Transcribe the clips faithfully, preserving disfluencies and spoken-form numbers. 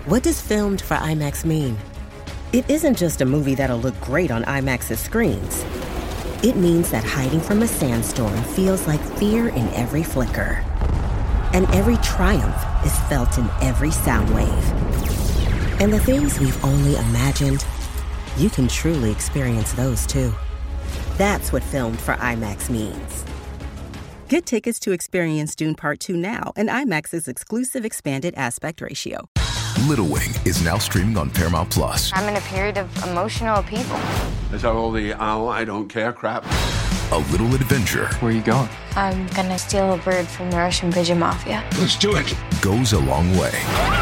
What does filmed for IMAX mean? It isn't just a movie that'll look great on IMAX's screens. It means that hiding from a sandstorm feels like fear in every flicker. And every triumph is felt in every sound wave. And the things we've only imagined, you can truly experience those too. That's what filmed for IMAX means. Get tickets to experience Dune Part two now and IMAX's exclusive expanded aspect ratio. Little Wing is now streaming on Paramount Plus. I'm in a period of emotional upheaval. Is that all the oh, I don't care crap? A little adventure. Where are you going? I'm gonna steal a bird from the Russian pigeon mafia. Let's do it. Goes a long way.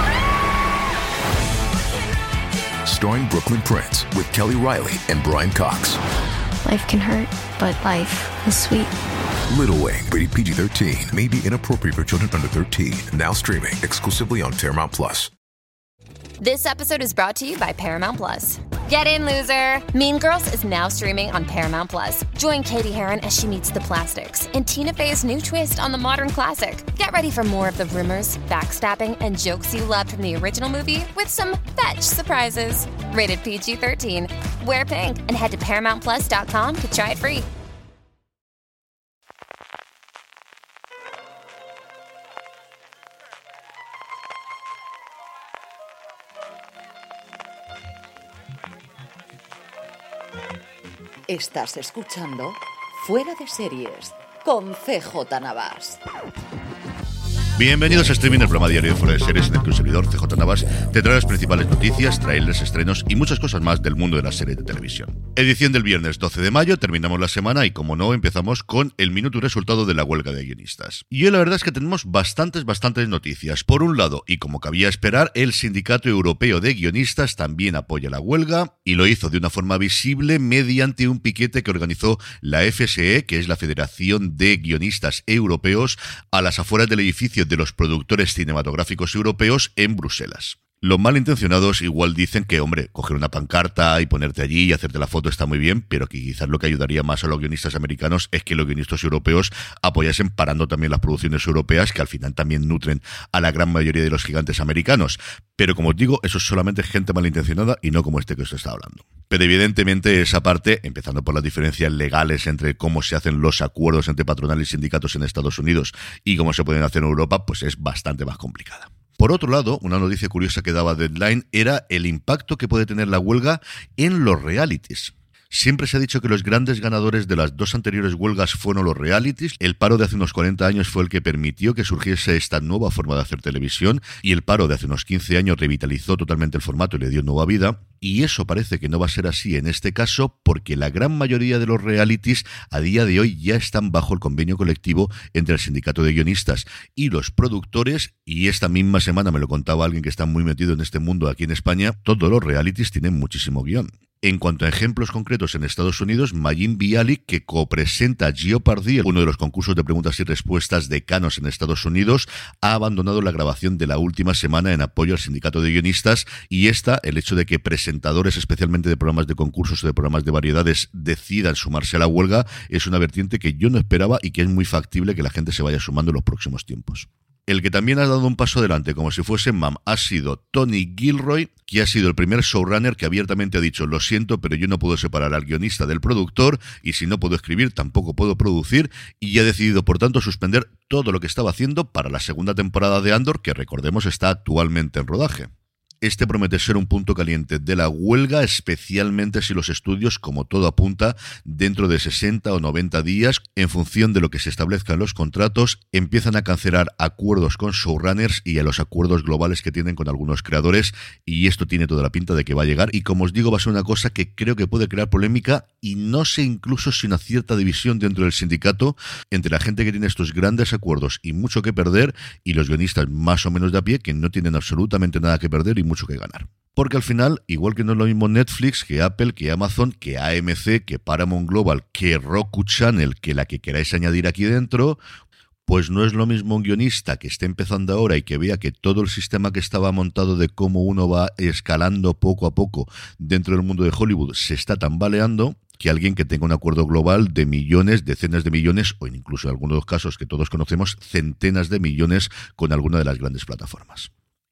Starring Brooklyn Prince with Kelly Riley and Brian Cox. Life can hurt, but life is sweet. Little Wing, rated P G thirteen, may be inappropriate for children under thirteen. Now streaming exclusively on Paramount Plus. This episode is brought to you by Paramount Plus. Get in, loser! Mean Girls is now streaming on Paramount Plus. Join Katie Heron as she meets the plastics in Tina Fey's new twist on the modern classic. Get ready for more of the rumors, backstabbing, and jokes you loved from the original movie with some fetch surprises. Rated P G thirteen. Wear pink and head to paramount plus dot com to try it free. Estás escuchando Fuera de Series con C J Navas. Bienvenidos a Streaming, el programa diario de Fuera de Series en el que un servidor, C J Navas, te trae las principales noticias, trailers, estrenos y muchas cosas más del mundo de las series de televisión. Edición del viernes doce de mayo, terminamos la semana y, como no, empezamos con el minuto y resultado de la huelga de guionistas. Y hoy la verdad es que tenemos bastantes, bastantes noticias. Por un lado, y como cabía esperar, el Sindicato Europeo de Guionistas también apoya la huelga y lo hizo de una forma visible mediante un piquete que organizó la F S E, que es la Federación de Guionistas Europeos, a las afueras del edificio de los productores cinematográficos europeos en Bruselas. Los malintencionados igual dicen que, hombre, coger una pancarta y ponerte allí y hacerte la foto está muy bien, pero que quizás lo que ayudaría más a los guionistas americanos es que los guionistas europeos apoyasen parando también las producciones europeas, que al final también nutren a la gran mayoría de los gigantes americanos. Pero como os digo, eso es solamente gente malintencionada y no como este que os está hablando. Pero evidentemente esa parte, empezando por las diferencias legales entre cómo se hacen los acuerdos entre patronal y sindicatos en Estados Unidos y cómo se pueden hacer en Europa, pues es bastante más complicada. Por otro lado, una noticia curiosa que daba Deadline era el impacto que puede tener la huelga en los realities. Siempre se ha dicho que los grandes ganadores de las dos anteriores huelgas fueron los realities. El paro de hace unos cuarenta años fue el que permitió que surgiese esta nueva forma de hacer televisión, y el paro de hace unos quince años revitalizó totalmente el formato y le dio nueva vida. Y eso parece que no va a ser así en este caso, porque la gran mayoría de los realities a día de hoy ya están bajo el convenio colectivo entre el sindicato de guionistas y los productores, y esta misma semana me lo contaba alguien que está muy metido en este mundo aquí en España, todos los realities tienen muchísimo guión. En cuanto a ejemplos concretos en Estados Unidos, Mayim Bialik, que copresenta Jeopardy, uno de los concursos de preguntas y respuestas decanos en Estados Unidos, ha abandonado la grabación de la última semana en apoyo al sindicato de guionistas, y esta, el hecho de que presentadores especialmente de programas de concursos o de programas de variedades decidan sumarse a la huelga, es una vertiente que yo no esperaba y que es muy factible que la gente se vaya sumando en los próximos tiempos. El que también ha dado un paso adelante, como si fuese Mam, ha sido Tony Gilroy, que ha sido el primer showrunner que abiertamente ha dicho: lo siento, pero yo no puedo separar al guionista del productor, y si no puedo escribir, tampoco puedo producir, y ha decidido, por tanto, suspender todo lo que estaba haciendo para la segunda temporada de Andor, que recordemos está actualmente en rodaje. Este promete ser un punto caliente de la huelga, especialmente si los estudios, como todo apunta, dentro de sesenta o noventa días, en función de lo que se establezca en los contratos, empiezan a cancelar acuerdos con showrunners y a los acuerdos globales que tienen con algunos creadores, y esto tiene toda la pinta de que va a llegar, y como os digo, va a ser una cosa que creo que puede crear polémica, y no sé incluso si una cierta división dentro del sindicato entre la gente que tiene estos grandes acuerdos y mucho que perder, y los guionistas más o menos de a pie que no tienen absolutamente nada que perder y mucho que ganar. Porque al final, igual que no es lo mismo Netflix, que Apple, que Amazon, que A M C, que Paramount Global, que Roku Channel, que la que queráis añadir aquí dentro, pues no es lo mismo un guionista que esté empezando ahora y que vea que todo el sistema que estaba montado de cómo uno va escalando poco a poco dentro del mundo de Hollywood se está tambaleando, que alguien que tenga un acuerdo global de millones, decenas de millones, o incluso en algunos casos que todos conocemos, centenas de millones con alguna de las grandes plataformas.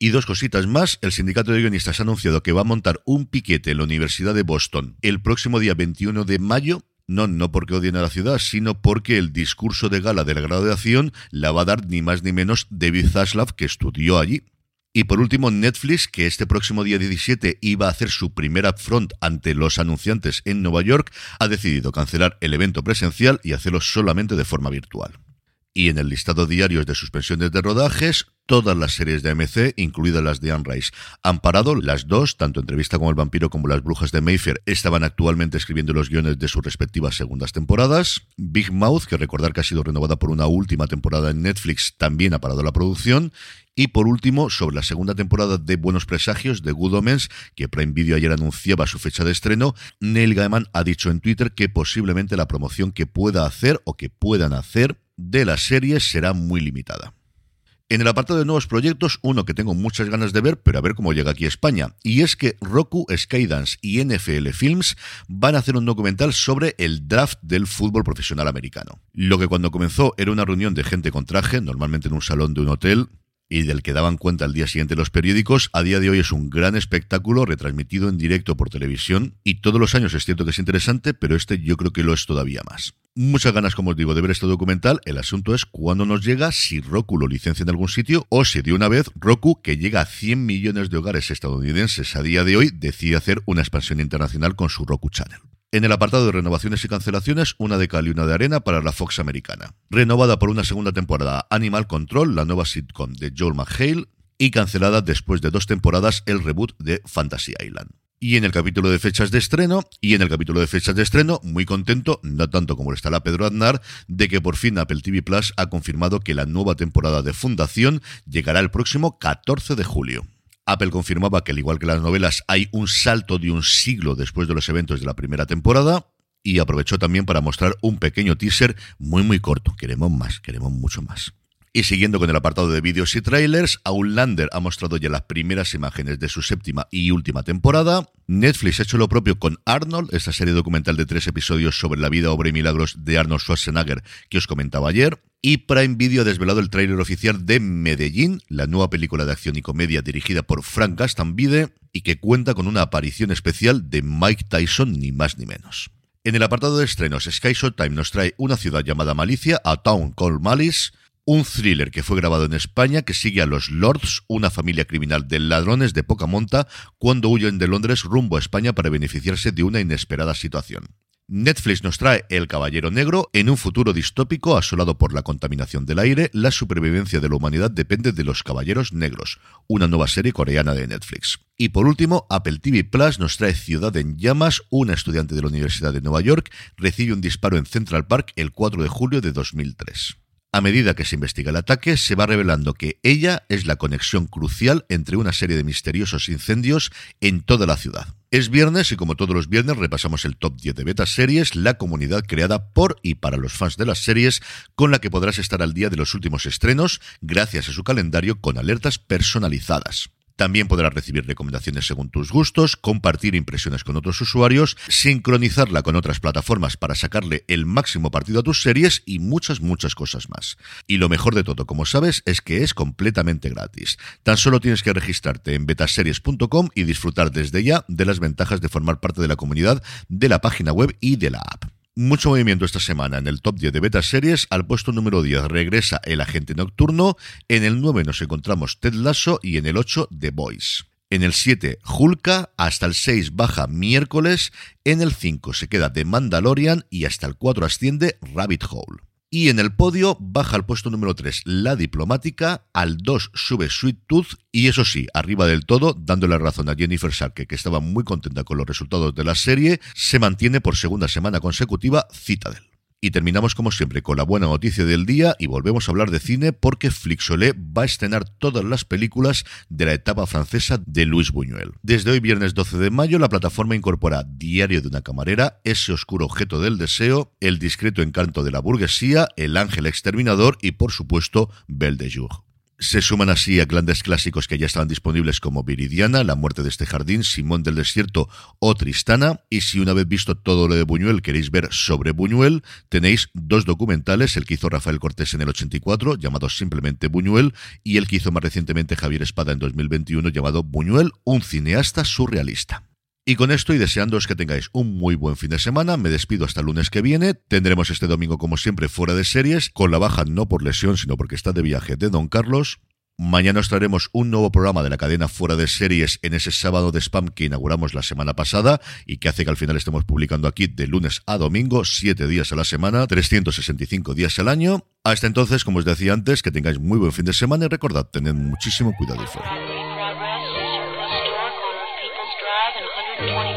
Y dos cositas más, el sindicato de guionistas ha anunciado que va a montar un piquete en la Universidad de Boston el próximo día veintiuno de mayo. No, no porque odien a la ciudad, sino porque el discurso de gala de la graduación la va a dar ni más ni menos David Zaslav, que estudió allí. Y por último, Netflix, que este próximo día diecisiete iba a hacer su primer upfront ante los anunciantes en Nueva York, ha decidido cancelar el evento presencial y hacerlo solamente de forma virtual. Y en el listado diario de suspensiones de rodajes, todas las series de A M C, incluidas las de Anne Rice, han parado. Las dos, tanto Entrevista con el vampiro como Las brujas de Mayfair, estaban actualmente escribiendo los guiones de sus respectivas segundas temporadas. Big Mouth, que recordar que ha sido renovada por una última temporada en Netflix, también ha parado la producción. Y por último, sobre la segunda temporada de Buenos Presagios, de Good Omens, que Prime Video ayer anunciaba su fecha de estreno, Neil Gaiman ha dicho en Twitter que posiblemente la promoción que pueda hacer o que puedan hacer de la serie será muy limitada. En el apartado de nuevos proyectos, uno que tengo muchas ganas de ver, pero a ver cómo llega aquí a España, y es que Roku, Skydance y N F L Films van a hacer un documental sobre el draft del fútbol profesional americano. Lo que cuando comenzó era una reunión de gente con traje, normalmente en un salón de un hotel, y del que daban cuenta al día siguiente los periódicos, a día de hoy es un gran espectáculo retransmitido en directo por televisión, y todos los años es cierto que es interesante, pero este yo creo que lo es todavía más. Muchas ganas, como os digo, de ver este documental. El asunto es cuándo nos llega, si Roku lo licencia en algún sitio, o si de una vez Roku, que llega a cien millones de hogares estadounidenses a día de hoy, decide hacer una expansión internacional con su Roku Channel. En el apartado de renovaciones y cancelaciones, una de cal y una de arena para la Fox americana. Renovada por una segunda temporada Animal Control, la nueva sitcom de Joel McHale, y cancelada después de dos temporadas el reboot de Fantasy Island. Y en el capítulo de fechas de estreno, y en el capítulo de fechas de estreno, muy contento, no tanto como lo está la Pedro Aznar, de que por fin Apple T V Plus ha confirmado que la nueva temporada de Fundación llegará el próximo catorce de julio. Apple confirmaba que, al igual que las novelas, hay un salto de un siglo después de los eventos de la primera temporada, y aprovechó también para mostrar un pequeño teaser muy muy corto. Queremos más, queremos mucho más. Y siguiendo con el apartado de vídeos y trailers, Outlander ha mostrado ya las primeras imágenes de su séptima y última temporada. Netflix ha hecho lo propio con Arnold, esta serie documental de tres episodios sobre la vida, obra y milagros de Arnold Schwarzenegger que os comentaba ayer. Y Prime Video ha desvelado el tráiler oficial de Medellín, la nueva película de acción y comedia dirigida por Frank Gastambide y que cuenta con una aparición especial de Mike Tyson, ni más ni menos. En el apartado de estrenos, Sky Showtime nos trae Una ciudad llamada Malicia, A Town Called Malice, un thriller que fue grabado en España que sigue a los Lords, una familia criminal de ladrones de poca monta, cuando huyen de Londres rumbo a España para beneficiarse de una inesperada situación. Netflix nos trae El Caballero Negro. En un futuro distópico asolado por la contaminación del aire, la supervivencia de la humanidad depende de los Caballeros Negros, una nueva serie coreana de Netflix. Y por último, Apple T V Plus nos trae Ciudad en Llamas. Una estudiante de la Universidad de Nueva York recibe un disparo en Central Park el cuatro de julio de dos mil tres. A medida que se investiga el ataque, se va revelando que ella es la conexión crucial entre una serie de misteriosos incendios en toda la ciudad. Es viernes y como todos los viernes repasamos el top diez de Beta Series, la comunidad creada por y para los fans de las series, con la que podrás estar al día de los últimos estrenos gracias a su calendario con alertas personalizadas. También podrás recibir recomendaciones según tus gustos, compartir impresiones con otros usuarios, sincronizarla con otras plataformas para sacarle el máximo partido a tus series y muchas, muchas cosas más. Y lo mejor de todo, como sabes, es que es completamente gratis. Tan solo tienes que registrarte en betaseries punto com y disfrutar desde ya de las ventajas de formar parte de la comunidad, de la página web y de la app. Mucho movimiento esta semana en el top diez de Beta Series. Al puesto número diez regresa El Agente Nocturno, en el nueve nos encontramos Ted Lasso y en el ocho The Boys. En el siete Hulka, hasta el seis baja Miércoles, en el cinco se queda The Mandalorian y hasta el cuatro asciende Rabbit Hole. Y en el podio baja al puesto número tres La Diplomática, al dos sube Sweet Tooth y eso sí, arriba del todo, dándole razón a Jennifer Sarke, que estaba muy contenta con los resultados de la serie, se mantiene por segunda semana consecutiva Citadel. Y terminamos como siempre con la buena noticia del día y volvemos a hablar de cine porque Flixolé va a estrenar todas las películas de la etapa francesa de Luis Buñuel. Desde hoy viernes doce de mayo la plataforma incorpora Diario de una camarera, Ese oscuro objeto del deseo, El discreto encanto de la burguesía, El ángel exterminador y por supuesto Belle de Jour. Se suman así a grandes clásicos que ya estaban disponibles como Viridiana, La muerte de este jardín, Simón del desierto o Tristana. Y si una vez visto todo lo de Buñuel queréis ver sobre Buñuel, tenéis dos documentales, el que hizo Rafael Cortés en el ochenta y cuatro, llamado simplemente Buñuel, y el que hizo más recientemente Javier Espada en dos mil veintiuno, llamado Buñuel, un cineasta surrealista. Y con esto, y deseándoos que tengáis un muy buen fin de semana, me despido hasta el lunes que viene. Tendremos este domingo, como siempre, fuera de series, con la baja no por lesión, sino porque está de viaje de Don Carlos. Mañana os traeremos un nuevo programa de la cadena Fuera de Series en ese sábado de spam que inauguramos la semana pasada y que hace que al final estemos publicando aquí de lunes a domingo, siete días a la semana, trescientos sesenta y cinco días al año. Hasta entonces, como os decía antes, que tengáis muy buen fin de semana y recordad, tened muchísimo cuidado y fuera.